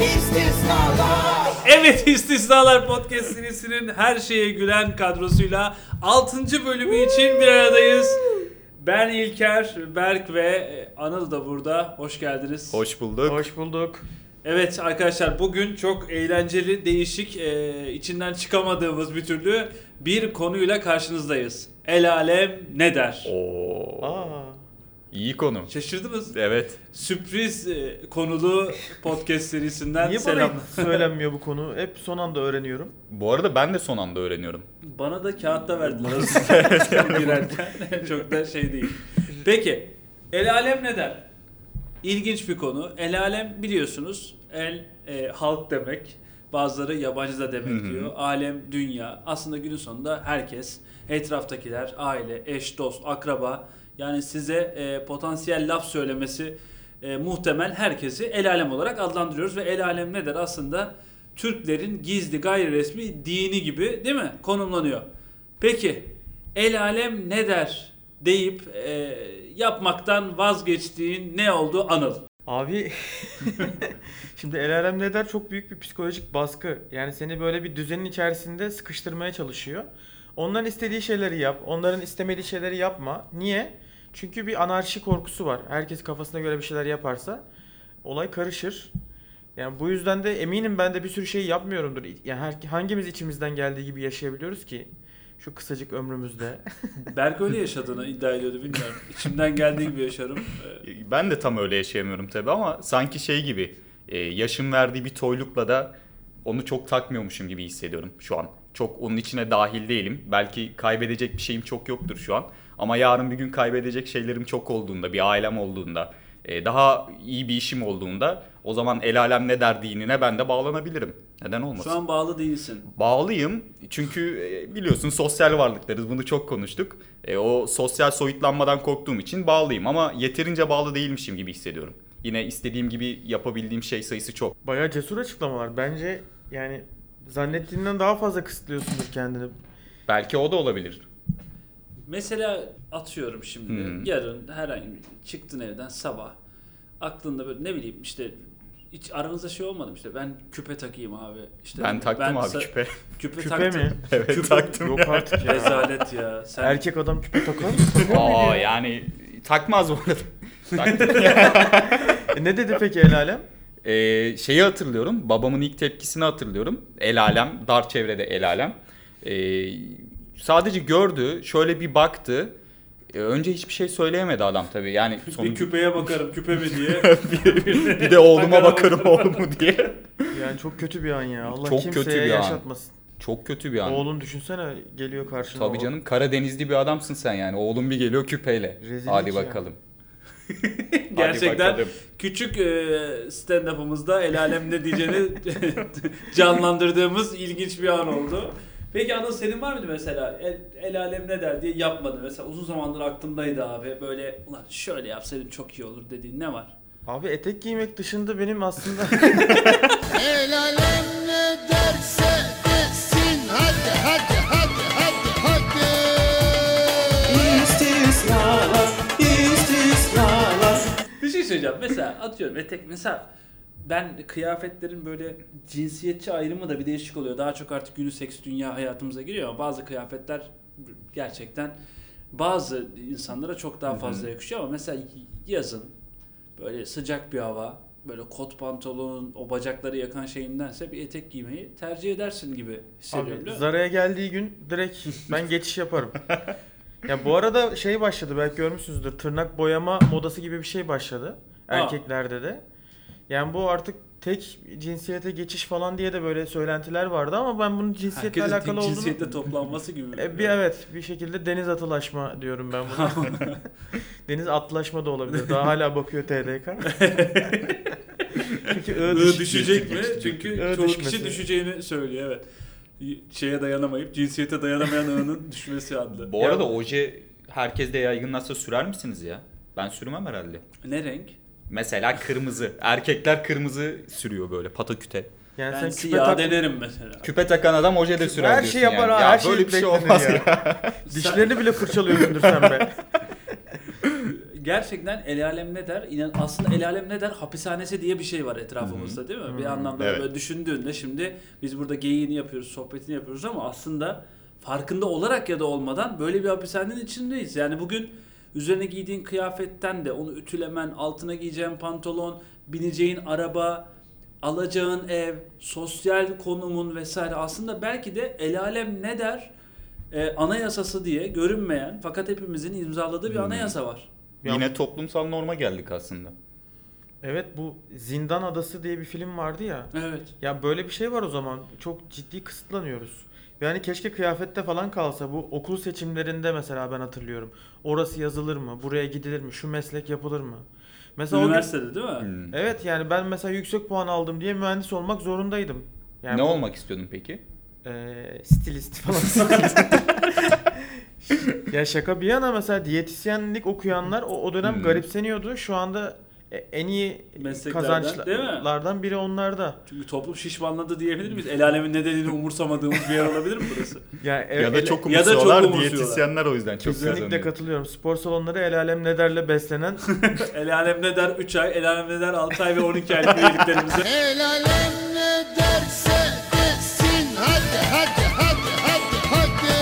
İstisnalar. Evet, İstisnalar Podcast serisinin her şeye gülen kadrosuyla 6. bölümü için bir aradayız. Ben İlker, Berk ve Anıl da burada. Hoş geldiniz. Hoş bulduk. Hoş bulduk. Evet arkadaşlar, bugün çok eğlenceli, değişik, içinden çıkamadığımız bir türlü bir konuyla karşınızdayız. El alem ne der? Oo. İyi konu. Şaşırdınız. Evet. Sürpriz konulu podcast serisinden Niye selam. bana hiç söylenmiyor bu konu? Hep son anda öğreniyorum. Bu arada ben de son anda öğreniyorum. Bana da kağıtta verdiler girerken. Çok da şey değil. Peki, el alem ne der? İlginç bir konu. El alem biliyorsunuz, halk demek. Bazıları yabancı da demek diyor. Alem, dünya. Aslında günün sonunda herkes, etraftakiler, aile, eş, dost, akraba. Yani size potansiyel laf söylemesi muhtemel herkesi el alem olarak adlandırıyoruz. Ve el alem ne der? Aslında Türklerin gizli gayri resmi dini gibi, değil mi? Konumlanıyor. Peki el alem ne der deyip yapmaktan vazgeçtiğin ne oldu Anıl? Abi şimdi el alem ne der, çok büyük bir psikolojik baskı. Yani seni böyle bir düzenin içerisinde sıkıştırmaya çalışıyor. Onların istediği şeyleri yap, onların istemediği şeyleri yapma. Niye? Çünkü bir anarşi korkusu var. Herkes kafasına göre bir şeyler yaparsa olay karışır. Yani bu yüzden de eminim ben de bir sürü şey yapmıyorumdur. Yani hangimiz içimizden geldiği gibi yaşayabiliyoruz ki şu kısacık ömrümüzde? Berk öyle yaşadığını iddia ediyordu, bilmiyorum. İçimden geldiği gibi yaşarım. Ben de tam öyle yaşayamıyorum tabii ama sanki şey gibi yaşım verdiği bir toylukla da onu çok takmıyormuşum gibi hissediyorum şu an. Çok onun içine dahil değilim. Belki kaybedecek bir şeyim çok yoktur şu an. Ama yarın bir gün kaybedecek şeylerim çok olduğunda, bir ailem olduğunda, daha iyi bir işim olduğunda o zaman el alem ne der dinine ben de bağlanabilirim. Neden olmasın? Şu an bağlı değilsin. Bağlıyım çünkü biliyorsun sosyal varlıklarız, bunu çok konuştuk. O sosyal soyutlanmadan korktuğum için bağlıyım ama yeterince bağlı değilmişim gibi hissediyorum. Yine istediğim gibi yapabildiğim şey sayısı çok. Bayağı cesur açıklamalar. Bence yani zannettiğinden daha fazla kısıtlıyorsundur kendini. Belki o da olabilir. Mesela atıyorum şimdi, yarın herhangi bir çıktın evden sabah, aklında böyle ne bileyim işte hiç aranızda şey olmadı mı, işte ben küpe takayım abi. İşte Ben taktım abi küpe. Küpe Küpe taktım. mi? Evet taktım. Yok artık ya. Rezalet ya. Sen... Erkek adam küpe takar mı? Aa yani takmaz bu arada. Taktım. Ne dedi peki el alem? Şeyi hatırlıyorum. Babamın ilk tepkisini hatırlıyorum. El alem, dar çevrede el alem. Sadece gördü, şöyle bir baktı. Önce hiçbir şey söyleyemedi adam tabii. Yani Bir küpeye bakarım, küpe mi diye. bir de oğluma bakarım oğlumu diye. Yani çok kötü bir an ya. Allah Çok kimseye kötü bir an. yaşatmasın. Çok kötü bir an. Oğlun düşünsene geliyor karşına. Tabii canım, Karadenizli bir adamsın sen yani. Oğlum bir geliyor küpeyle. Rezillik Hadi ya. bakalım. Gerçekten bakalım. küçük stand-up'ımızda el alem ne diyeceğini canlandırdığımız ilginç bir an oldu. Peki Anıl, senin var mıydı mesela el alem ne der diye yapmadı mesela, uzun zamandır aklımdaydı abi, böyle ulan şöyle yapsaydım çok iyi olur dediğin ne var? Abi etek giymek dışında benim aslında El alem ne derse desin. Hadi hadi hadi hadi hadi. İstisnalar, istisnalar. Bir şey söyleyeceğim, mesela atıyorum etek, mesela ben kıyafetlerin böyle cinsiyetçi ayrımı da bir değişik oluyor. Daha çok artık unisex dünya hayatımıza giriyor ama bazı kıyafetler gerçekten bazı insanlara çok daha fazla yakışıyor. Ama mesela yazın böyle sıcak bir hava, böyle kot pantolonun o bacakları yakan şeyindense bir etek giymeyi tercih edersin gibi hissediyorum. abi Zara'ya geldiği gün direkt ben geçiş yaparım. Ya bu arada şey başladı, belki görmüşsünüzdür. Tırnak boyama modası gibi bir şey başladı erkeklerde de. Yani bu artık tek cinsiyete geçiş falan diye de böyle söylentiler vardı ama ben bunun cinsiyetle Herkesin alakalı tek olduğunu... cinsiyette toplanması gibi. Evet, bir şekilde deniz atılaşma diyorum ben buna. Deniz atlaşma da olabilir. Daha hala bakıyor TDK. Çünkü I düşecek mi? Çünkü I çoğu düşmesi. kişi düşeceğini söylüyor, evet. Şeye dayanamayıp, cinsiyete dayanamayan I'nın düşmesi adlı. Bu arada oje herkeste yaygınlaşsa sürer misiniz ya? Ben sürmem herhalde. Ne renk? Mesela kırmızı. Erkekler kırmızı sürüyor böyle pataküte. Yani Ben sen küpe siyah tak... denerim mesela. Küpe takan adam oje de sürer Her diyorsun şey yapar yani. ha, Ya her şey böyle bir şey beklenir olmaz ya. ya. Dişlerini bile fırçalıyorsundur sen be. gerçekten el alem ne der? Aslında el alem ne der? Hapishanesi diye bir şey var etrafımızda değil mi? Bir anlamda Evet. böyle düşündüğünde şimdi biz burada geyiğini yapıyoruz, sohbetini yapıyoruz ama aslında farkında olarak ya da olmadan böyle bir hapishanenin içindeyiz. Yani bugün üzerine giydiğin kıyafetten de onu ütülemen, altına giyeceğin pantolon, bineceğin araba, alacağın ev, sosyal konumun vesaire aslında belki de el alem ne der? Anayasası diye görünmeyen fakat hepimizin imzaladığı bir anayasa var. Yine toplumsal norma geldik aslında. Evet, bu Zindan Adası diye bir film vardı ya. Evet. Ya böyle bir şey var o zaman. Çok ciddi kısıtlanıyoruz. Yani keşke kıyafette falan kalsa. Bu okul seçimlerinde mesela ben hatırlıyorum. Orası yazılır mı? Buraya gidilir mi? Şu meslek yapılır mı? Mesela Üniversitede değil mi? Evet, yani ben mesela yüksek puan aldım diye mühendis olmak zorundaydım. Yani Ne olmak istiyordun peki? Stilist falan. Ya şaka bir yana mesela diyetisyenlik okuyanlar o dönem garipseniyordu. Şu anda en iyi Mesleklerden, değil mi? kazançlardan biri onlarda. Çünkü toplum şişmanladı diyebilir miyiz? El alemin nedenini umursamadığımız bir yer olabilir mi burası? Ya, Ya da çok ya da çok umursuyorlar, umursuyorlar. diyetisyenler o yüzden çok kesinlikle kazanıyor. katılıyorum. Spor salonları el alem ne derle beslenen El alem ne der 3 ay, el alem ne der 6 ay ve 12 aylık üyeliklerimize. El alem ne derse desin. Hadi hadi hadi hadi hadi.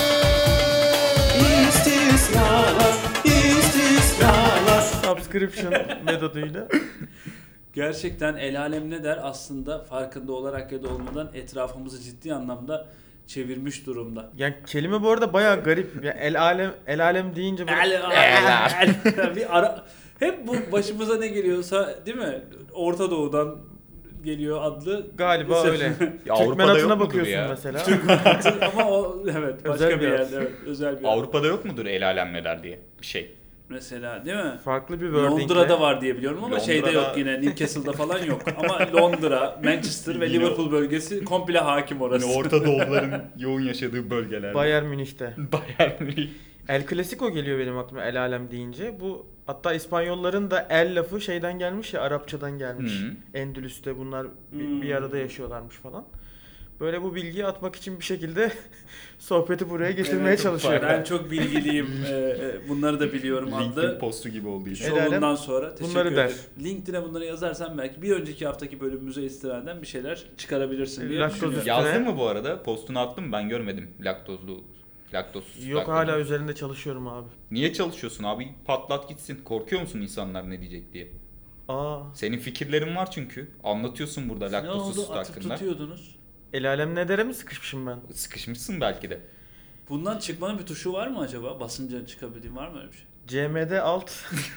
subscription metoduyla. Gerçekten el alem ne der aslında farkında olarak ya da olmadan etrafımızı ciddi anlamda çevirmiş durumda. Yani kelime bu arada bayağı garip. Ya el alem deyince böyle Bir ara, hep bu başımıza ne geliyorsa değil mi? Orta Doğu'dan geliyor adlı. galiba öyle. Ya Türkmen Avrupa'da yok atına mudur bakıyorsun ya? mesela. Ama o evet başka Özel bir bir ad. yerde evet, özel bir ad. Avrupa'da yok mudur el alem ne der diye bir şey? Mesela değil mi? Farklı bir wordingle. Londra'da var diye biliyorum ama şeyde Londra'da- yok yine Newcastle'da falan yok. Ama Londra, Manchester ve Yine- Liverpool bölgesi komple hakim orası. Yani Orta Doğuların yoğun yaşadığı bölgelerde. Bayern Münih'te. Bayern Münih. El Clasico geliyor benim aklıma el alem deyince. Bu hatta İspanyolların da el lafı şeyden gelmiş ya, Arapçadan gelmiş. Endülüs'te bunlar bir arada yaşıyorlarmış falan. Böyle bu bilgiyi atmak için bir şekilde sohbeti buraya getirmeye Evet, çalışıyorum. Ben çok bilgiliyim. Bunları da biliyorum LinkedIn adlı. postu gibi oldu işte. El alem Şovundan sonra teşekkür bunları der. ederim. LinkedIn'e bunları yazarsan belki bir önceki haftaki bölümümüze istinaden bir şeyler çıkarabilirsin diye Laktoz düşünüyorum. üstüne- Yazdın mı bu arada? Postunu attın mı? Ben görmedim. Laktozsuz. Yok, hala üzerinde çalışıyorum abi. Niye çalışıyorsun abi? Patlat gitsin. Korkuyor musun insanlar ne diyecek diye? Aa, Senin fikirlerin var çünkü. Anlatıyorsun burada Ne laktozsuz oldu? süt Atıp hakkında. tutuyordunuz. el alem ne dere mi sıkışmışım ben? Sıkışmışsın belki de. Bundan çıkmanın bir tuşu var mı acaba? Basınca çıkabildiğin var mı öyle bir şey? CMD alt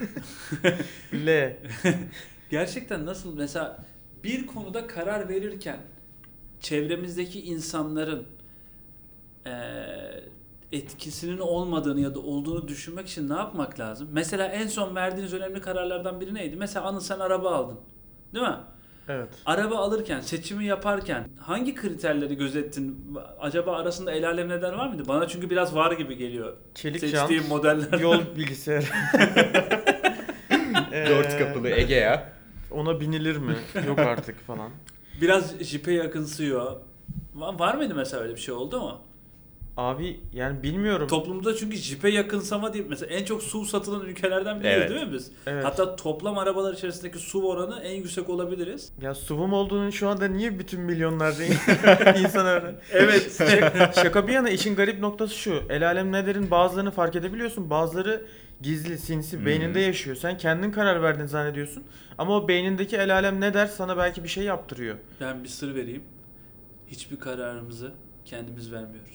L. Gerçekten nasıl mesela bir konuda karar verirken çevremizdeki insanların etkisinin olmadığını ya da olduğunu düşünmek için ne yapmak lazım? Mesela en son verdiğiniz önemli kararlardan biri neydi? Mesela Anıl sen araba aldın. Değil mi? Evet. Araba alırken, seçimi yaparken hangi kriterleri gözettin? Acaba arasında el alem neden var mıydı? Bana çünkü biraz var gibi geliyor. Çelik Seçtiğim jant, modeller. yol bilgisayar. 4 kapılı Egea. Ona binilir mi? Yok artık falan. Biraz jipe yakınsıyor. Var mıydı mesela öyle bir şey oldu mu? Abi yani bilmiyorum. Toplumda çünkü jipe yakınsama diye mesela en çok SUV satılan ülkelerden biriyiz Evet. değil mi biz? Evet. Hatta toplam arabalar içerisindeki SUV oranı en yüksek olabiliriz. Ya SUV'um olduğunu şu anda niye bütün milyonlarca insan öğren? Evet. Şaka bir yana işin garip noktası şu. El alem ne derin bazılarını fark edebiliyorsun. Bazıları gizli, sinsi, beyninde yaşıyor. Sen kendin karar verdin zannediyorsun. Ama o beynindeki el alem ne der sana belki bir şey yaptırıyor. Ben bir sır vereyim. Hiçbir kararımızı kendimiz vermiyoruz.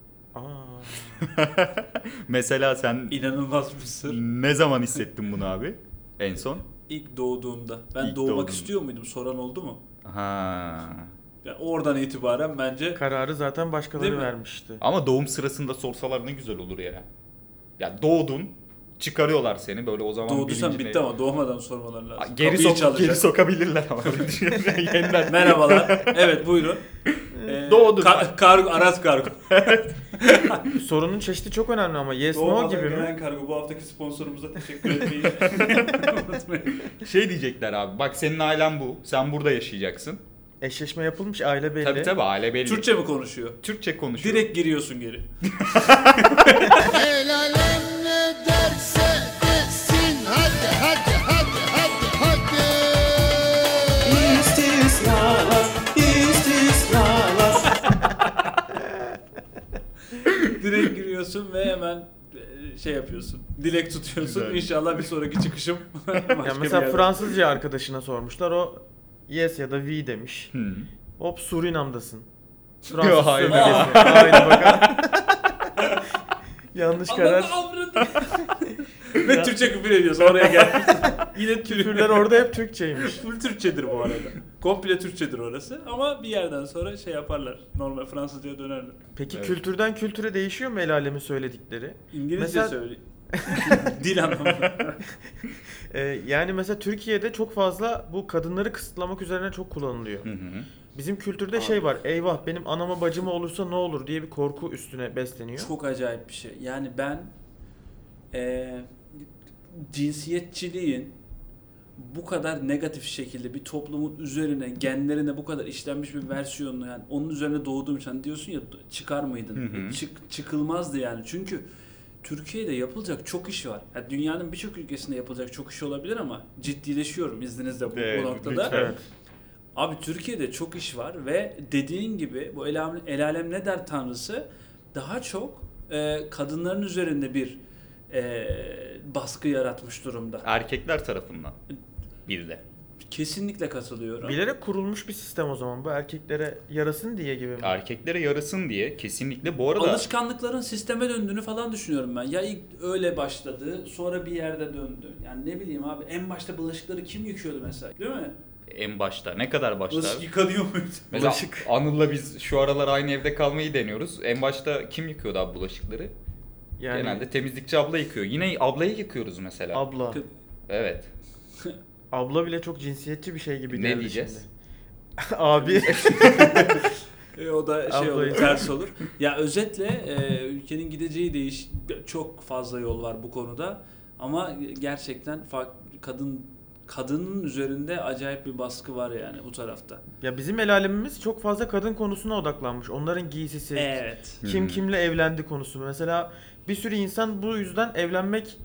Mesela sen İnanılmaz bir sır. ne zaman hissettin bunu abi? En son? İlk doğduğumda. Ben İlk doğmak doğduğunda. istiyor muydum? Soran oldu mu? Ha. Yani oradan itibaren bence Kararı zaten Değil başkaları mi? vermişti. Ama doğum sırasında sorsalar ne güzel olur ya. Ya doğdun, çıkarıyorlar seni böyle o zaman doğduysan bilincine- bitti ama doğmadan sormaları lazım. Geri, Kapıyı çalacak. geri sokabilirler ama. Yeniden. Merhabalar. Evet buyurun. Doğdun. Kargo, Aras Kargo. Sorunun çeşidi çok önemli ama yes no Doğmadan gibi mi? gelen kargo. Bu haftaki sponsorumuza teşekkür etmeyi unutmayın. Şey diyecekler abi, bak senin ailen bu, sen burada yaşayacaksın. Eşleşme yapılmış, aile belli. Tabii aile belli. Türkçe mi konuşuyor? Türkçe konuşuyor. Direkt giriyorsun geri. El alem ne derse desin. Hadi şey yapıyorsun. Dilek tutuyorsun. Güzel. İnşallah bir sonraki çıkışım başka Ya bir mesela yerde. Fransızca arkadaşına sormuşlar. O yes ya da oui demiş. Hı. Hop Surinam'dasın. Yo, hayır. sömürgesi. Haydi bakalım. Yanlış karar. Allah'ım avradı. Ve Türkçe küfür ediyorsun oraya gel. Yine Küfürler orada hep Türkçeymiş. Full Türkçedir bu arada. Komple Türkçedir orası ama bir yerden sonra şey yaparlar. Normal Fransızcaya dönerler. Peki Evet. kültürden kültüre değişiyor mu el alemin söyledikleri? İngilizce Mesela- söyle. Dil anlamında. Yani mesela Türkiye'de çok fazla bu kadınları kısıtlamak üzerine çok kullanılıyor. Hı hı. Bizim kültürde Abi. şey var. Eyvah benim anama bacıma olursa ne olur diye bir korku üstüne besleniyor. Çok acayip bir şey. Yani ben cinsiyetçiliğin bu kadar negatif şekilde bir toplumun üzerine, genlerine bu kadar işlenmiş bir versiyonunu, yani onun üzerine doğduğum için hani diyorsun ya, çıkar mıydın? Hı hı. Çıkılmazdı yani. Çünkü Türkiye'de yapılacak çok iş var. Yani dünyanın birçok ülkesinde yapılacak çok iş olabilir ama ciddileşiyorum izninizle bu Evet, noktada. lütfen. Evet. Abi Türkiye'de çok iş var ve dediğin gibi bu el alem ne der tanrısı daha çok kadınların üzerinde bir baskı yaratmış durumda. Erkekler tarafından bir de. Kesinlikle katılıyorum. Bilerek kurulmuş bir sistem o zaman. Bu erkeklere yarasın diye gibi mi? Erkeklere yarasın diye kesinlikle. Bu arada Alışkanlıkların sisteme döndüğünü falan düşünüyorum ben. Ya ilk öyle başladı, sonra bir yerde döndü. Yani ne bileyim abi, en başta bulaşıkları kim yıkıyordu mesela, değil mi? en başta ne kadar başta? Bulaşık yıkanıyor muydu? Mesela Bulaşık. Anıl'la biz şu aralar aynı evde kalmayı deniyoruz. En başta kim yıkıyordu abi bulaşıkları? Yani Genelde temizlikçi abla yıkıyor. Yine ablayı yıkıyoruz mesela. abla. Evet. Abla bile çok cinsiyetçi bir şey gibi Ne geldi diyeceğiz? şimdi. Abi. O da şey olur, Ablayı. ters olur. Ya özetle ülkenin gideceği çok fazla yol var bu konuda. Ama gerçekten kadının üzerinde acayip bir baskı var yani bu tarafta. Ya bizim el alemimiz çok fazla kadın konusuna odaklanmış. Onların giysisi, Evet. kim Hı. kimle evlendi konusu. Mesela bir sürü insan bu yüzden evlenmek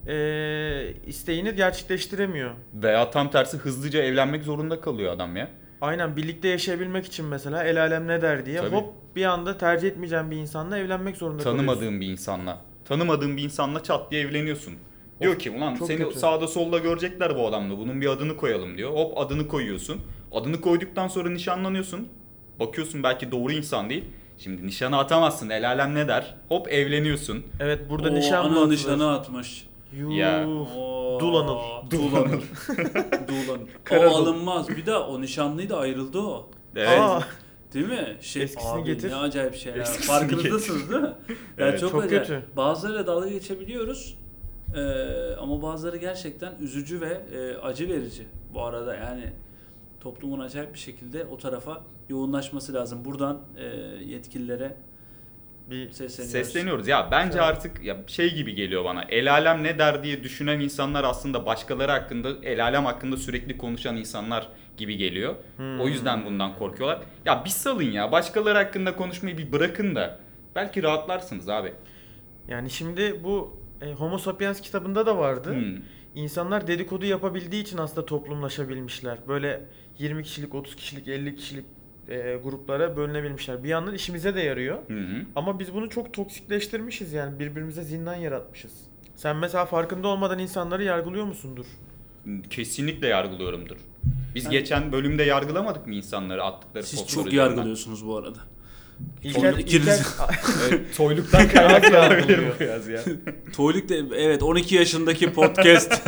isteğini gerçekleştiremiyor. Veya tam tersi hızlıca evlenmek zorunda kalıyor adam ya. Aynen, birlikte yaşayabilmek için mesela el alem ne der diye Tabii. hop bir anda tercih etmeyeceğim bir insanla evlenmek zorunda kalıyorsun. Tanımadığın bir insanla. Tanımadığın bir insanla çat diye evleniyorsun. Diyor ki ulan çok seni kötü. sağda solda görecekler bu adamla. Bunun bir adını koyalım diyor. Hop adını koyuyorsun. Adını koyduktan sonra nişanlanıyorsun. Bakıyorsun belki doğru insan değil. Şimdi nişanı atamazsın. El alem ne der? Hop evleniyorsun. Evet, burada Oo, nişan mı Anıl atılır? nişanı atmış. Yuh. Ya. Oo, Dul Anıl. Dul Anıl. Dul Anıl. Kara O dul. alınmaz. Bir de o nişanlıydı, ayrıldı o. Evet. Aa, Değil mi? Eskisini abi, getir. Ne acayip şeyler. Eskisini Farkındasınız değil mi? Yani Evet, çok çok acayip. kötü. Bazılarıyla dalga geçebiliyoruz. Ama bazıları gerçekten üzücü ve acı verici. Bu arada yani toplumun acayip bir şekilde o tarafa yoğunlaşması lazım. Buradan yetkililere bir Sesleniyoruz. Ya bence artık ya şey gibi geliyor bana. El alem ne der diye düşünen insanlar aslında başkaları hakkında, el alem hakkında sürekli konuşan insanlar gibi geliyor. O yüzden bundan korkuyorlar. Ya bir salın ya. Başkaları hakkında konuşmayı bir bırakın da belki rahatlarsınız abi. Yani şimdi bu Homo Sapiens kitabında da vardı. İnsanlar dedikodu yapabildiği için aslında toplumlaşabilmişler. Böyle 20 kişilik, 30 kişilik, 50 kişilik gruplara bölünebilmişler. Bir yandan işimize de yarıyor. Hı hı. Ama biz bunu çok toksikleştirmişiz, yani birbirimize zindan yaratmışız. Sen mesela farkında olmadan insanları yargılıyor musundur? Kesinlikle yargılıyorumdur. Biz geçen bölümde yargılamadık mı insanları attıkları siz postlar çok üzerinden? yargılıyorsunuz bu arada. İkiniz- Evet, toyluktan kaynaklı olabilir bu biraz ya. Toylik de evet 12 yaşındaki podcast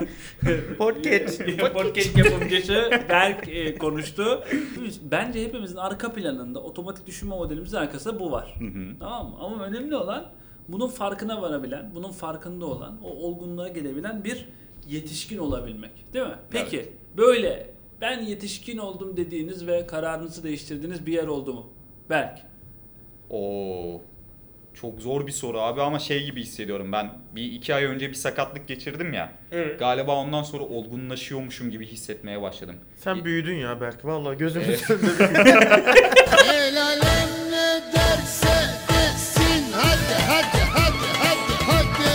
podcast yapımcısı Berk konuştu. Bence hepimizin arka planında otomatik düşünme modelimizin arkasında bu var. Hı hı. Tamam mı? Ama önemli olan bunun farkına varabilen, bunun farkında olan, o olgunluğa gelebilen bir yetişkin olabilmek. Değil mi? Peki böyle ben yetişkin oldum dediğiniz ve kararınızı değiştirdiğiniz bir yer oldu mu? Berk. Oo. Çok zor bir soru abi ama şey gibi hissediyorum ben. Bir 2 ay önce bir sakatlık geçirdim ya. Evet. Galiba ondan sonra olgunlaşıyormuşum gibi hissetmeye başladım. Sen büyüdün ya Berk. Vallahi gözümün Evet. önünde. El alem ne derse desin. Hadi hadi hadi hadi hadi.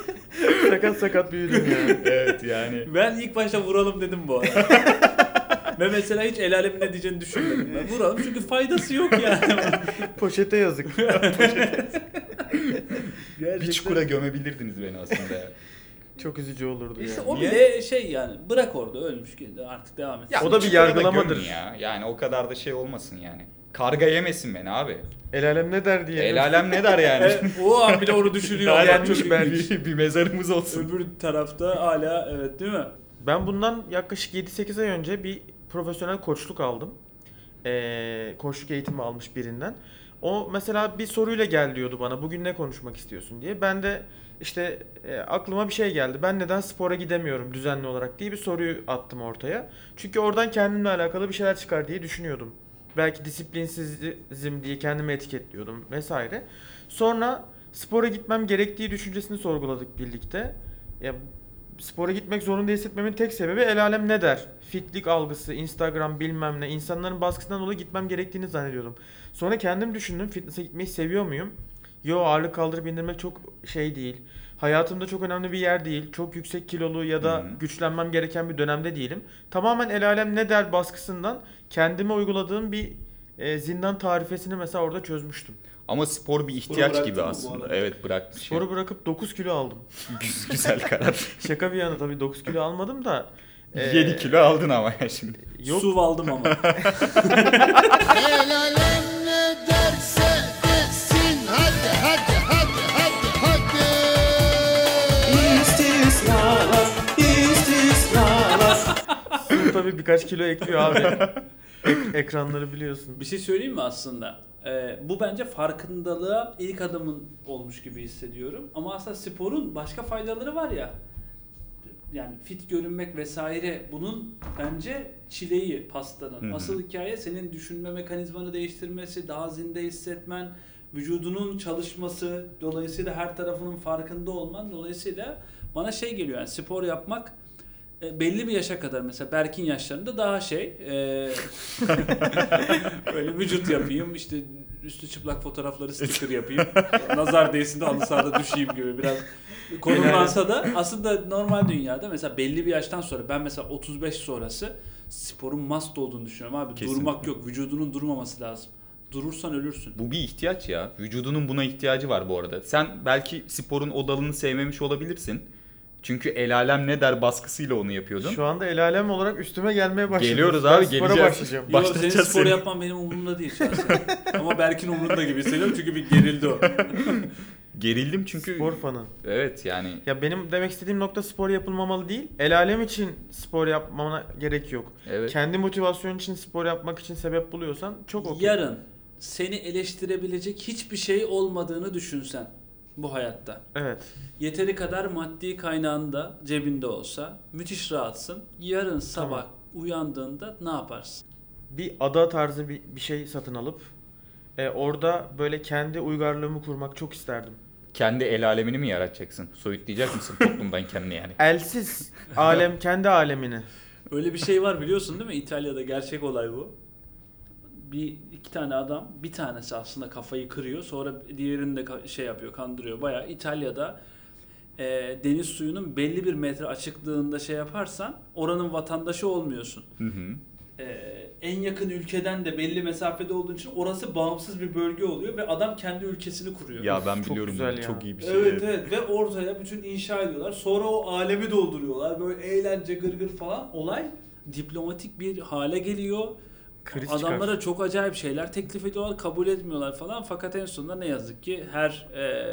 Sakat sakat büyüdün ya. Evet yani. Ben ilk başta vuralım dedim bu arada. Ve mesela hiç el alemin ne diyeceğini düşünmedim ben. Vuralım çünkü faydası yok yani. Poşete yazık. Bir çukura gömebilirdiniz beni aslında ya. Çok üzücü olurdu İşte ya. o Niye? bile şey yani bırak orada ölmüş ki artık devam et. Ya O da bir çukura yargılamadır. gömün ya. Yani o kadar da şey olmasın yani. Karga yemesin beni abi. El alem ne der diye. El alem ne der yani? O an bile onu düşünüyor. Daha Allah yenmiş çok ben. ilginç. bir mezarımız olsun. Öbür tarafta hala evet değil mi? Ben bundan yaklaşık 7-8 ay önce bir profesyonel koçluk aldım. Koçluk eğitimi almış birinden. O mesela bir soruyla gel diyordu bana. Bugün ne konuşmak istiyorsun diye. Ben de işte aklıma bir şey geldi. Ben neden spora gidemiyorum düzenli olarak diye bir soruyu attım ortaya. Çünkü oradan kendimle alakalı bir şeyler çıkar diye düşünüyordum. Belki disiplinsizim diye kendimi etiketliyordum vesaire. Sonra spora gitmem gerektiği düşüncesini sorguladık birlikte. Ya spora gitmek zorunda hissetmemin tek sebebi el alem ne der? Fitlik algısı, Instagram bilmem ne. İnsanların baskısından dolayı gitmem gerektiğini zannediyordum. Sonra kendim düşündüm. Fitness'e gitmeyi seviyor muyum? Yo, ağırlık kaldırıp indirmek çok şey değil. Hayatımda çok önemli bir yer değil. Çok yüksek kilolu ya da güçlenmem gereken bir dönemde değilim. Tamamen el alem ne der baskısından kendime uyguladığım bir zindan tarifesini mesela orada çözmüştüm. Ama spor bir ihtiyaç bıraktın gibi mı bu aslında. arada? Evet bırakmış. Sporu bırakıp 9 kilo aldım. Güzel karar. Şaka bir yana tabii 9 kilo almadım da. 7 kilo aldın ama ya şimdi. Yok. Su aldım ama. El alem ne derse desin. Hadi hadi hadi hadi hadi. Su tabii birkaç kilo ekliyor abi. Ekranları biliyorsun. Bir şey söyleyeyim mi aslında? Bu bence farkındalığa ilk adımın olmuş gibi hissediyorum. Ama aslında sporun başka faydaları var ya. Yani fit görünmek vesaire bunun bence çileği pastanın. Hı hı. Asıl hikaye senin düşünme mekanizmanı değiştirmesi, daha zinde hissetmen, vücudunun çalışması, dolayısıyla her tarafının farkında olman. Dolayısıyla bana şey geliyor yani spor yapmak belli bir yaşa kadar mesela Berk'in yaşlarında daha böyle vücut yapayım işte üstü çıplak fotoğrafları sticker yapayım nazar değsin de halı sahada düşeyim gibi biraz konumlansa da aslında normal dünyada mesela belli bir yaştan sonra ben mesela 35 sonrası sporun must olduğunu düşünüyorum abi. Kesinlikle. Durmak yok, vücudunun durmaması lazım. Durursan ölürsün. Bu bir ihtiyaç ya. Vücudunun buna ihtiyacı var bu arada. Sen belki sporun o dalını sevmemiş olabilirsin. Çünkü el alem ne der baskısıyla onu yapıyordun. Şu anda el alem olarak üstüme gelmeye başladı. Geliyoruz Ben abi, spora geleceğiz. başlayacağım. Yo, senin Başlatacağız spor seni. yapman benim umurumda değil şahsen. Ama Berk'in umurunda gibi hissediyorum çünkü bir gerildi o. Gerildim çünkü... Spor fanı. Evet yani. Ya benim demek istediğim nokta spor yapılmamalı değil. El alem için spor yapmana gerek yok. Evet. Kendi motivasyonun için spor yapmak için sebep buluyorsan çok okey. Yarın seni eleştirebilecek hiçbir şey olmadığını düşünsen bu hayatta. Evet. Yeteri kadar maddi kaynağın da cebinde olsa müthiş rahatsın. Yarın sabah uyandığında ne yaparsın? Bir ada tarzı bir şey satın alıp orada böyle kendi uygarlığımı kurmak çok isterdim. Kendi el alemini mi yaratacaksın? Soyutlayacak mısın toplumdan kendini yani? Elsiz alem kendi alemini. Öyle bir şey var biliyorsun değil mi? İtalya'da gerçek olay bu. İki tane adam, bir tanesi aslında kafayı kırıyor, sonra diğerini de şey yapıyor, kandırıyor. Bayağı İtalya'da deniz suyunun belli bir metre açıklığında şey yaparsan oranın vatandaşı olmuyorsun. Hı hı. En yakın ülkeden de belli mesafede olduğu için orası bağımsız bir bölge oluyor ve adam kendi ülkesini kuruyor. Ya ben Çok biliyorum güzel bunu. ya. Çok iyi bir şey. Evet evet ve ortaya bütün inşa ediyorlar. Sonra o alemi dolduruyorlar. Böyle eğlence gırgır falan. Olay diplomatik bir hale geliyor. Kriz Adamlara çıkar. çok acayip şeyler teklif ediyorlar, kabul etmiyorlar falan. Fakat en sonunda ne yazık ki her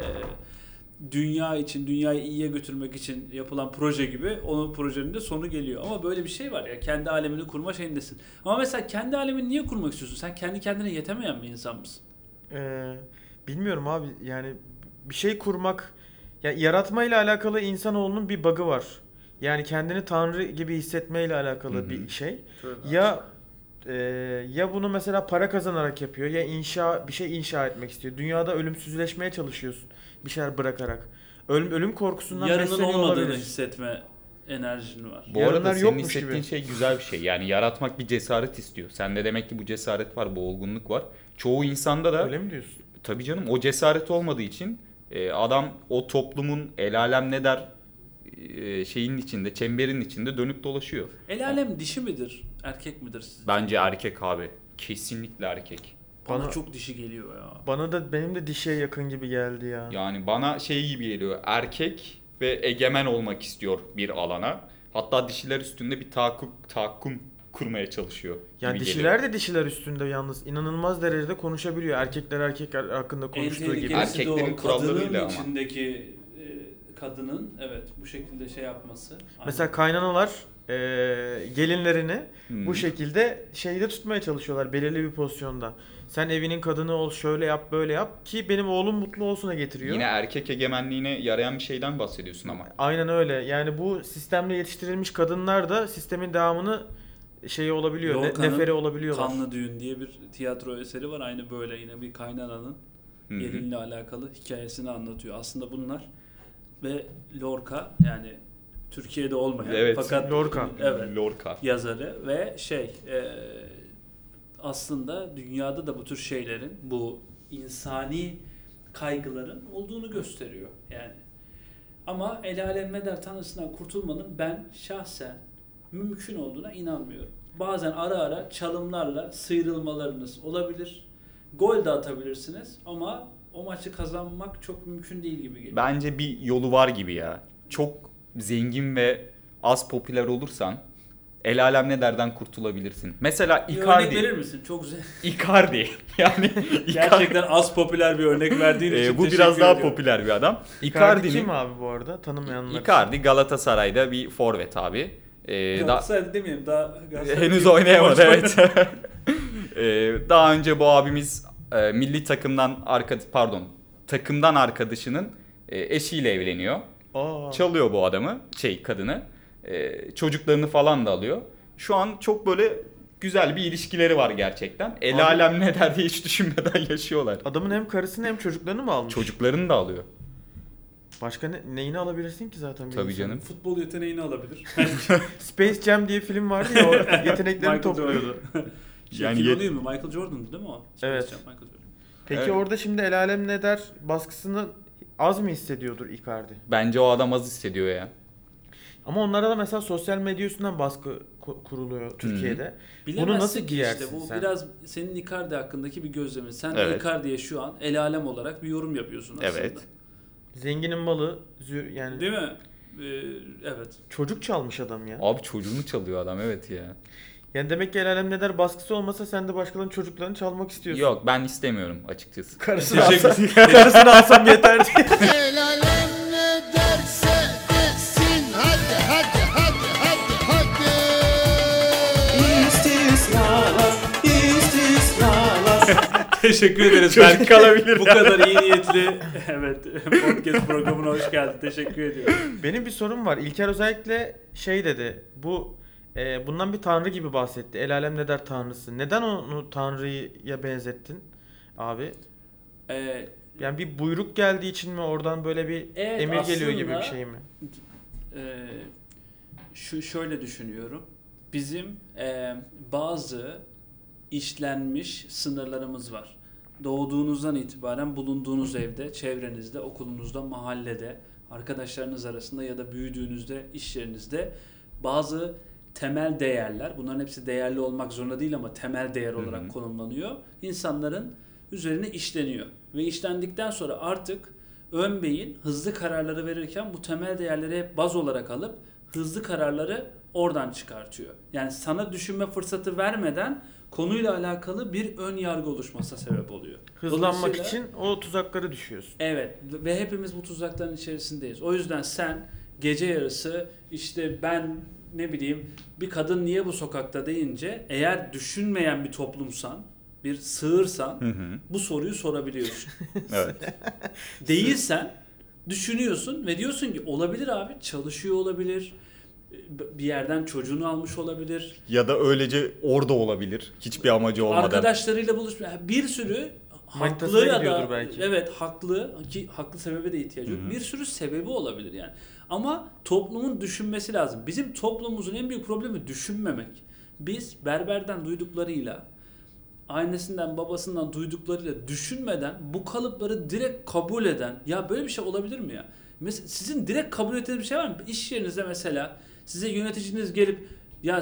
dünya için, dünyayı iyiye götürmek için yapılan proje gibi onun projenin de sonu geliyor. Ama böyle bir şey var ya, kendi alemini kurma şeyindesin. Ama mesela kendi alemini niye kurmak istiyorsun? Sen kendi kendine yetemeyen bir insan mısın? Bilmiyorum abi, yani bir şey kurmak, ya yaratmayla alakalı insanoğlunun bir bug'ı var. Yani kendini tanrı gibi hissetmeyle alakalı Hı hı. bir şey. Ya bunu mesela para kazanarak yapıyor, ya bir şey inşa etmek istiyor. Dünyada ölümsüzleşmeye çalışıyorsun bir şeyler bırakarak. Ölüm korkusundan Yarının besleniyor olmadığını olabilir. hissetme enerjin var. Bu arada Yarınlar senin yokmuş hissettiğin gibi. şey güzel bir şey. Yani yaratmak bir cesaret istiyor. Sende demek ki bu cesaret var, bu olgunluk var. Çoğu insanda da Öyle mi diyorsun? tabii canım o cesaret olmadığı için adam o toplumun el alem ne der şeyin içinde, çemberin içinde dönüp dolaşıyor. El alem dişi midir? Erkek midir sizce? Bence erkek abi. Kesinlikle erkek. Bana Bana- çok dişi geliyor ya. Bana da benim de dişiye yakın gibi geldi ya. Yani bana şey gibi geliyor. Erkek ve egemen olmak istiyor bir alana. Hatta dişiler üstünde bir tahakküm kurmaya çalışıyor. Yani gibi dişiler geliyor. de dişiler üstünde yalnız inanılmaz derecede konuşabiliyor. Erkekler erkekler hakkında konuştuğu gibi. tehlikelisi de o Erkeklerin kurallarıyla kadının ama. içindeki kadının evet bu şekilde şey yapması. Mesela kaynanalar gelinlerini Hmm. bu şekilde şeyde tutmaya çalışıyorlar belirli bir pozisyonda. Sen evinin kadını ol, şöyle yap, böyle yap ki benim oğlum mutlu olsuna getiriyor. Yine erkek egemenliğine yarayan bir şeyden bahsediyorsun ama. Aynen öyle. Yani bu sistemle yetiştirilmiş kadınlar da sistemin devamını şeyi olabiliyor. Lorca'nın Neferi olabiliyorlar. Kanlı Düğün diye bir tiyatro eseri var. Aynı böyle yine bir kaynananın Hı hı. gelinle alakalı hikayesini anlatıyor. Aslında bunlar ve Lorca yani Türkiye'de olmayan Evet. fakat Lorca. evet Lorca. yazarı ve aslında dünyada da bu tür şeylerin, bu insani kaygıların olduğunu gösteriyor yani. Ama el alem ne der tanrısından kurtulmanın ben şahsen mümkün olduğuna inanmıyorum. Bazen ara ara çalımlarla sıyrılmalarınız olabilir. Gol de atabilirsiniz ama o maçı kazanmak çok mümkün değil gibi geliyor. Bence bir yolu var gibi ya. Çok zengin ve az popüler olursan el alem ne derden kurtulabilirsin. Mesela Bir örnek Icardi. verir misin? Çok güzel. Icardi. Yani Gerçekten az popüler bir örnek verdiğin için bu teşekkür biraz daha ediyorum. popüler bir adam. Icardi kim Icardi'nin abi bu arada? Tanımayanlar. Icardi Galatasaray'da bir forvet abi. Galatasaray demeyelim daha Galatasaray Henüz bir oynayamadı maç evet. Daha önce bu abimiz milli takımdan arkadaşının eşiyle evleniyor. Aa. Çalıyor bu adamı, kadını. Çocuklarını falan da alıyor. Şu an çok böyle güzel bir ilişkileri var gerçekten. El Abi- alem ne der diye hiç düşünmeden yaşıyorlar. Adamın hem karısını hem çocuklarını mı almış? Çocuklarını da alıyor. Başka neyini alabilirsin ki zaten? bir Tabii insanın? canım. Futbol yeteneğini alabilir. Space Jam diye film vardı ya o yeteneklerini Michael topluyordu. Yani Yani değil mi? Michael Jordan'dı değil mi o? Evet. Michael Jordan. Peki Evet. orada şimdi el alem ne der baskısını az mı hissediyordur Icardi? Bence o adam az hissediyor ya. Ama onlara da mesela sosyal medya üstünden baskı kuruluyor Türkiye'de. Bilemezsin Bunu nasıl ki giyersin işte, bu sen? biraz senin Icardi hakkındaki bir gözlemin. Sen Evet. Icardi'ye şu an el alem olarak bir yorum yapıyorsun aslında. Evet. Zenginin malı yani Değil mi? Evet. çocuk çalmış adam ya. Abi çocuğunu çalıyor adam evet ya. Yani demek ki el alem ne der baskısı olmasa sen de başkalarının çocuklarını çalmak istiyorsun. Yok ben istemiyorum açıkçası. Karısını alsam yeter diye. El alem ne derse desin. Hadi hadi hadi hadi hadi. Teşekkür ederiz. Çocuk Berk. kalabilir Bu ya. kadar iyi niyetli evet podcast programına hoş geldin. Teşekkür ediyorum. Benim bir sorum var. İlker özellikle şey dedi. Bundan bir tanrı gibi bahsetti. El alem ne der tanrısı. Neden onu tanrıya benzettin abi? Ee, Yani bir buyruk geldiği için mi oradan böyle bir Evet, emir geliyor gibi bir aslında- şey mi? Şöyle düşünüyorum. Bizim bazı işlenmiş sınırlarımız var. Doğduğunuzdan itibaren bulunduğunuz evde, çevrenizde, okulunuzda, mahallede, arkadaşlarınız arasında ya da büyüdüğünüzde, iş yerinizde bazı temel değerler, bunların hepsi değerli olmak zorunda değil ama temel değer olarak konumlanıyor. İnsanların üzerine işleniyor. Ve işlendikten sonra artık ön beyin hızlı kararları verirken bu temel değerleri hep baz olarak alıp hızlı kararları oradan çıkartıyor. Yani sana düşünme fırsatı vermeden konuyla alakalı bir ön yargı oluşmasına sebep oluyor. Hızlanmak Dolayısıyla- için o tuzaklara düşüyorsun. Evet ve hepimiz bu tuzakların içerisindeyiz. O yüzden sen gece yarısı işte ben ne bileyim bir kadın niye bu sokakta deyince eğer düşünmeyen bir toplumsan, bir sığırsan bu soruyu sorabiliyorsun. Evet. Değilsen düşünüyorsun ve diyorsun ki olabilir abi, çalışıyor olabilir, bir yerden çocuğunu almış olabilir, Ya da öylece orada olabilir. Hiçbir amacı olmadan. arkadaşlarıyla buluşmuyor. Bir sürü haklı Manitasına ya gidiyordur da belki. evet haklı ki haklı sebebe de ihtiyacı yok. Bir sürü sebebi olabilir yani. Ama toplumun düşünmesi lazım. Bizim toplumumuzun en büyük problemi düşünmemek. Biz berberden duyduklarıyla, annesinden babasından duyduklarıyla düşünmeden bu kalıpları direkt kabul eden, ya böyle bir şey olabilir mi ya? Mesela sizin direkt kabul ettiğiniz bir şey var mı? İş yerinizde mesela size yöneticiniz gelip ya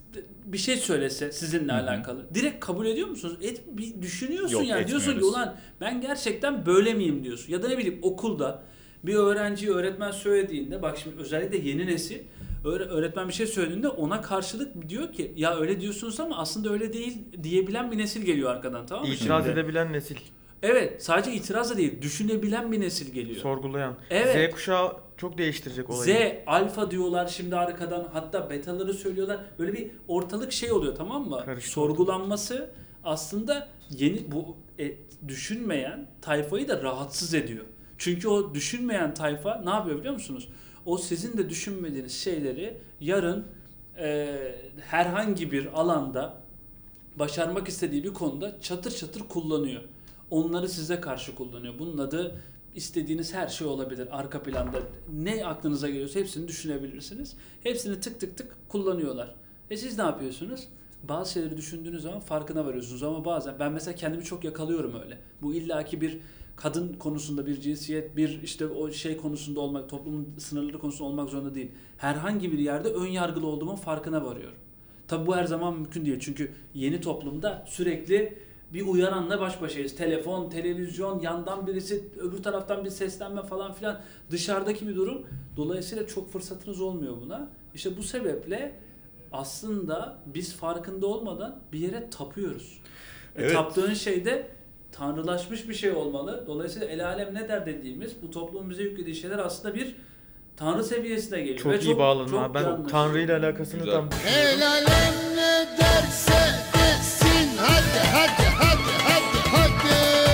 bir şey söylese sizinle alakalı. Direkt kabul ediyor musunuz? Bir düşünüyorsun Yok, yani. Diyorsun ki etmiyoruz. ulan ben gerçekten böyle miyim diyorsun. Ya da ne bileyim okulda bir öğrenciye öğretmen söylediğinde, bak şimdi özellikle yeni nesil, öğretmen bir şey söylediğinde ona karşılık diyor ki ya öyle diyorsunuz ama aslında öyle değil diyebilen bir nesil geliyor arkadan, tamam mı? İtiraz Şimdi? edebilen nesil. Evet, sadece itiraz da değil, düşünebilen bir nesil geliyor. Sorgulayan. Evet. Z kuşağı çok değiştirecek Z, olayı. alfa diyorlar şimdi arkadan, hatta betaları söylüyorlar. Böyle bir ortalık şey oluyor, tamam mı? Karışık Sorgulanması aslında yeni bu düşünmeyen tayfayı da rahatsız ediyor. Çünkü o düşünmeyen tayfa ne yapıyor biliyor musunuz? O sizin de düşünmediğiniz şeyleri yarın herhangi bir alanda başarmak istediği bir konuda çatır çatır kullanıyor. Onları size karşı kullanıyor. Bunun adı istediğiniz her şey olabilir. Arka planda ne aklınıza geliyorsa hepsini düşünebilirsiniz. Hepsini tık tık tık kullanıyorlar. Siz ne yapıyorsunuz? Bazı şeyleri düşündüğünüz zaman farkına varıyorsunuz ama bazen ben mesela kendimi çok yakalıyorum öyle. Bu illaki bir kadın konusunda, bir cinsiyet, bir işte o şey konusunda olmak, toplumun sınırları konusunda olmak zorunda değil. Herhangi bir yerde ön yargılı olduğumun farkına varıyorum. Tabii bu her zaman mümkün değil. Çünkü yeni toplumda sürekli bir uyaranla baş başayız. Telefon, televizyon, yandan birisi, öbür taraftan bir seslenme falan filan. Dışarıdaki bir durum. Dolayısıyla çok fırsatınız olmuyor buna. İşte bu sebeple aslında biz farkında olmadan bir yere tapıyoruz. Evet. Taptığın şey de tanrılaşmış bir şey olmalı. Dolayısıyla el alem ne der dediğimiz, bu toplumun bize yüklediği şeyler aslında bir tanrı seviyesine geliyor. Çok Ve iyi bağladın çok abi. Ben yanlış. Tanrı ile alakasını Güzel. tam El alem ne derse desin. Hadi hadi hadi hadi hadi.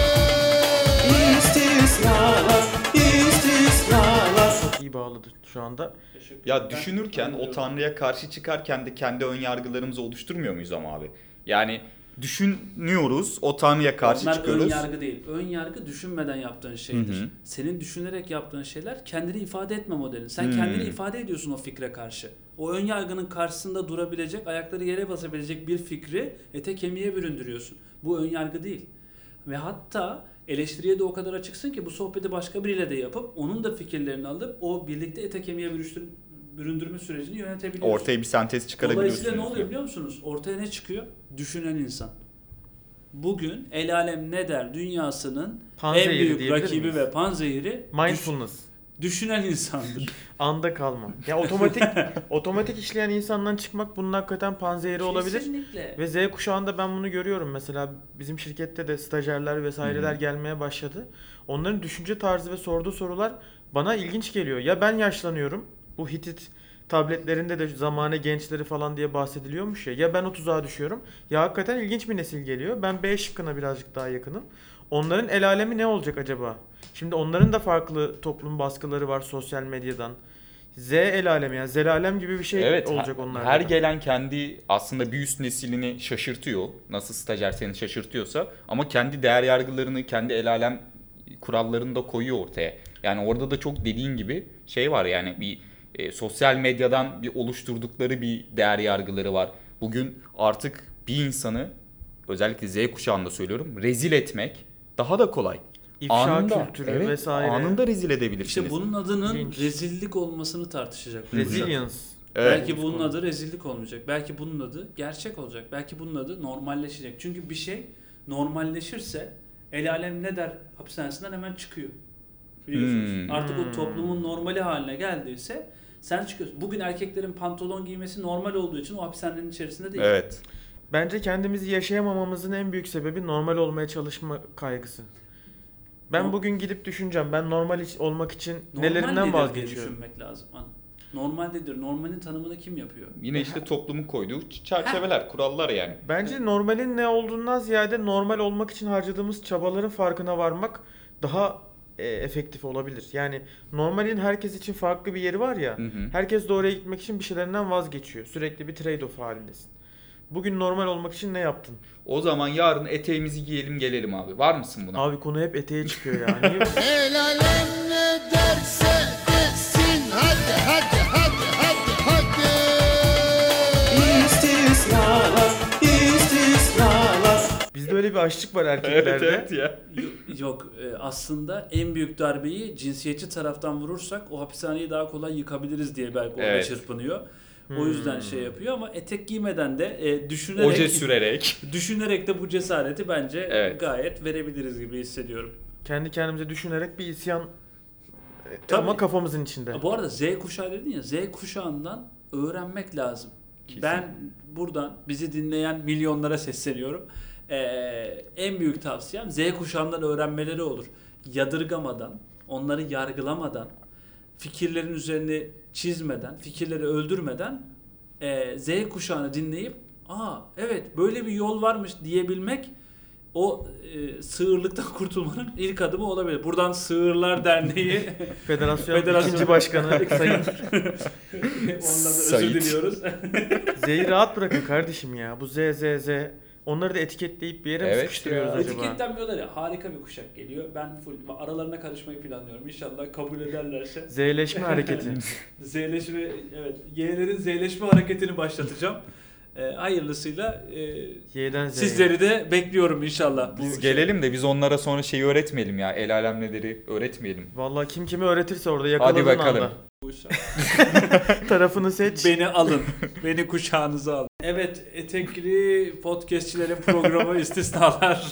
çok iyi bağladı şu anda. Teşekkür Ya ederim. düşünürken Ben o Tanrı'ya karşı çıkarken de kendi ön yargılarımızı oluşturmuyor muyuz ama abi? Yani düşünüyoruz, o Tanrı'ya karşı Onlar çıkıyoruz. ön yargı değil. Ön yargı düşünmeden yaptığın şeydir. Hı hı. Senin düşünerek yaptığın şeyler kendini ifade etme modelin. Sen Hmm. kendini ifade ediyorsun o fikre karşı. O ön yargının karşısında durabilecek, ayakları yere basabilecek bir fikri ete kemiğe büründürüyorsun. Bu ön yargı değil. Ve hatta eleştiriye de o kadar açıksın ki bu sohbeti başka biriyle de yapıp onun da fikirlerini alıp o birlikte ete kemiğe büründürme sürecini yönetebiliyorsun. Ortaya bir sentez çıkarabiliyorsunuz. Dolayısıyla ne oluyor yani. biliyor musunuz? Ortaya ne çıkıyor? Düşünen insan. Bugün el alem ne der dünyasının Panzehiri en büyük diyebilir rakibi miyiz? ve panzehiri Mindfulness. düşünen insandır. Anda kalma. Ya otomatik işleyen insandan çıkmak bunun hakikaten panzehiri olabilir. Kesinlikle. Ve Z kuşağında ben bunu görüyorum. Mesela bizim şirkette de stajyerler vesaireler gelmeye başladı. Onların düşünce tarzı ve sorduğu sorular bana ilginç geliyor. Ya ben yaşlanıyorum. Bu Hitit tabletlerinde de zamane gençleri falan diye bahsediliyormuş ya. Ya ben o tuzağa düşüyorum. Ya hakikaten ilginç bir nesil geliyor. Ben B şıkkına birazcık daha yakınım. Onların el alemi ne olacak acaba? Şimdi onların da farklı toplum baskıları var sosyal medyadan. Z el alemi yani zelalem gibi bir şey Evet, olacak onlarda. her da. gelen kendi aslında bir üst neslini şaşırtıyor. Nasıl stajyer seni şaşırtıyorsa ama kendi değer yargılarını, kendi el alem kurallarını da koyuyor ortaya. Yani orada da çok dediğin gibi şey var yani bir sosyal medyadan bir oluşturdukları bir değer yargıları var. Bugün artık bir insanı özellikle Z kuşağında söylüyorum rezil etmek daha da kolay. İfşa kültürü vesaire. Anında rezil edebilirsiniz. İşte bunun adının Linç. rezillik olmasını tartışacaklar. Resilience. Evet. Belki bunun adı rezillik olmayacak. Belki bunun adı gerçek olacak. Belki bunun adı normalleşecek. Çünkü bir şey normalleşirse el alem ne der hapishanesinden hemen çıkıyor. Biliyorsunuz. Artık o toplumun normali haline geldiyse sen çıkıyorsun. Bugün erkeklerin pantolon giymesi normal olduğu için o hapishanenin içerisinde değil. Evet. Bence kendimizi yaşayamamamızın en büyük sebebi normal olmaya çalışma kaygısı. Ben bugün gidip düşüneceğim. Ben normal olmak için nelerimden Normaldir diye vazgeçiyorum. düşünmek lazım. Normaldedir. Normalin tanımını kim yapıyor? Yine işte toplumun koyduğu çerçeveler, kurallar yani. Bence normalin ne olduğundan ziyade normal olmak için harcadığımız çabaların farkına varmak daha efektif olabilir. Yani normalin herkes için farklı bir yeri var ya. Hı hı. Herkes de oraya gitmek için bir şeylerinden vazgeçiyor. Sürekli bir trade-off halindesin. Bugün normal olmak için ne yaptın? O zaman yarın eteğimizi giyelim gelelim abi. Var mısın buna? Abi konu hep eteğe çıkıyor ya. Niye? El alem ne derse desin. Hadi hadi hadi hadi hadi. Bizde öyle bir açlık var erkeklerde. ya. Yok aslında en büyük darbeyi cinsiyetçi taraftan vurursak o hapishaneyi daha kolay yıkabiliriz diye belki orada Evet. çırpınıyor. O yüzden şey yapıyor ama etek giymeden de düşünerek Oje sürerek. düşünerek de bu cesareti bence Evet. gayet verebiliriz gibi hissediyorum. Kendi kendimize düşünerek bir isyan Tabii. ama kafamızın içinde. Bu arada Z kuşağı dedin ya, Z kuşağından öğrenmek lazım. Kesinlikle. Ben buradan bizi dinleyen milyonlara sesleniyorum. En büyük tavsiyem Z kuşağından öğrenmeleri olur. Yadırgamadan, onları yargılamadan, fikirlerin üzerini çizmeden, fikirleri öldürmeden Z kuşağını dinleyip evet böyle bir yol varmış diyebilmek o sığırlıktan kurtulmanın ilk adımı olabilir. Buradan Sığırlar Derneği Federasyon Federasyon- 2. Başkanı Sayın ondan da özür Sait. diliyoruz. Z'yi rahat bırakın kardeşim ya. Bu Z. Onları da etiketleyip bir yere mi Evet sıkıştırıyoruz ya. acaba? Etiketlenmiyorlar ya, harika bir kuşak geliyor. Ben full aralarına karışmayı planlıyorum. İnşallah kabul ederlerse. Z'leşme hareketi. Z'leşme, evet, Y'lerin Z'leşme hareketini başlatacağım. Hayırlısıyla Y'den Z'ye. sizleri de bekliyorum inşallah. Biz gelelim de biz onlara sonra şeyi öğretmeyelim ya. El alem neleri öğretmeyelim. Vallahi kim kimi öğretirse orada yakaladığın Hadi bakalım. anda. Buysa. Tarafını seç. Beni alın. Beni kuşağınıza alın. Evet, etekli podcastçilerin programı istisnalar.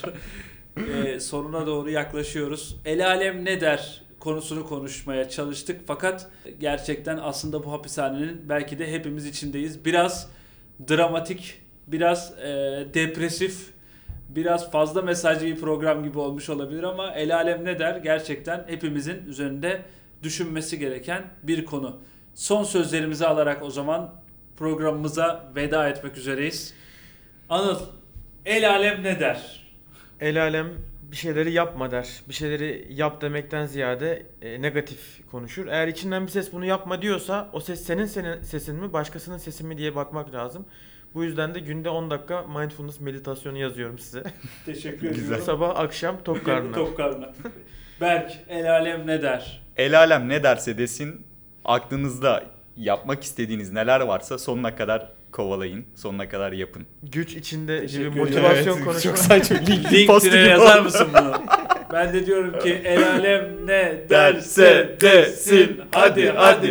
Sonuna doğru yaklaşıyoruz. El alem ne der konusunu konuşmaya çalıştık. Fakat gerçekten aslında bu hapishanenin belki de hepimiz içindeyiz. Biraz dramatik, biraz depresif, biraz fazla mesajlı bir program gibi olmuş olabilir ama el alem ne der gerçekten hepimizin üzerinde düşünmesi gereken bir konu. Son sözlerimizi alarak o zaman programımıza veda etmek üzereyiz. Anıl, el alem ne der? El alem bir şeyleri yapma der. Bir şeyleri yap demekten ziyade negatif konuşur. Eğer içinden bir ses bunu yapma diyorsa o ses senin sesin mi başkasının sesi mi diye bakmak lazım. Bu yüzden de günde 10 dakika mindfulness meditasyonu yazıyorum size. Teşekkür ediyorum. Sabah akşam tok karnına. Tok karnına. Berk, el alem ne der? El alem ne derse desin, aklınızda yapmak istediğiniz neler varsa sonuna kadar kovalayın, sonuna kadar yapın. Güç içinde Teşekkür gibi ederim. motivasyon Evet, konuşma. çok saçma. LinkedIn'e yazar mısın bunu? Ben de diyorum ki el alem ne derse desin. Hadi.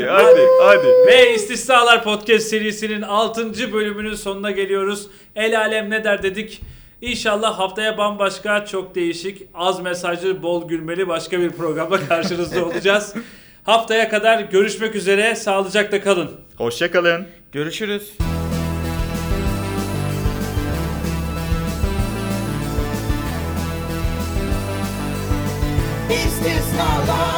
Ve İstisnalar Podcast serisinin 6. bölümünün sonuna geliyoruz. El alem ne der dedik. İnşallah haftaya bambaşka, çok değişik, az mesajlı, bol gülmeli başka bir programla karşınızda olacağız. Haftaya kadar görüşmek üzere. Sağlıcakla kalın. Hoşça kalın. Görüşürüz. İstisnalar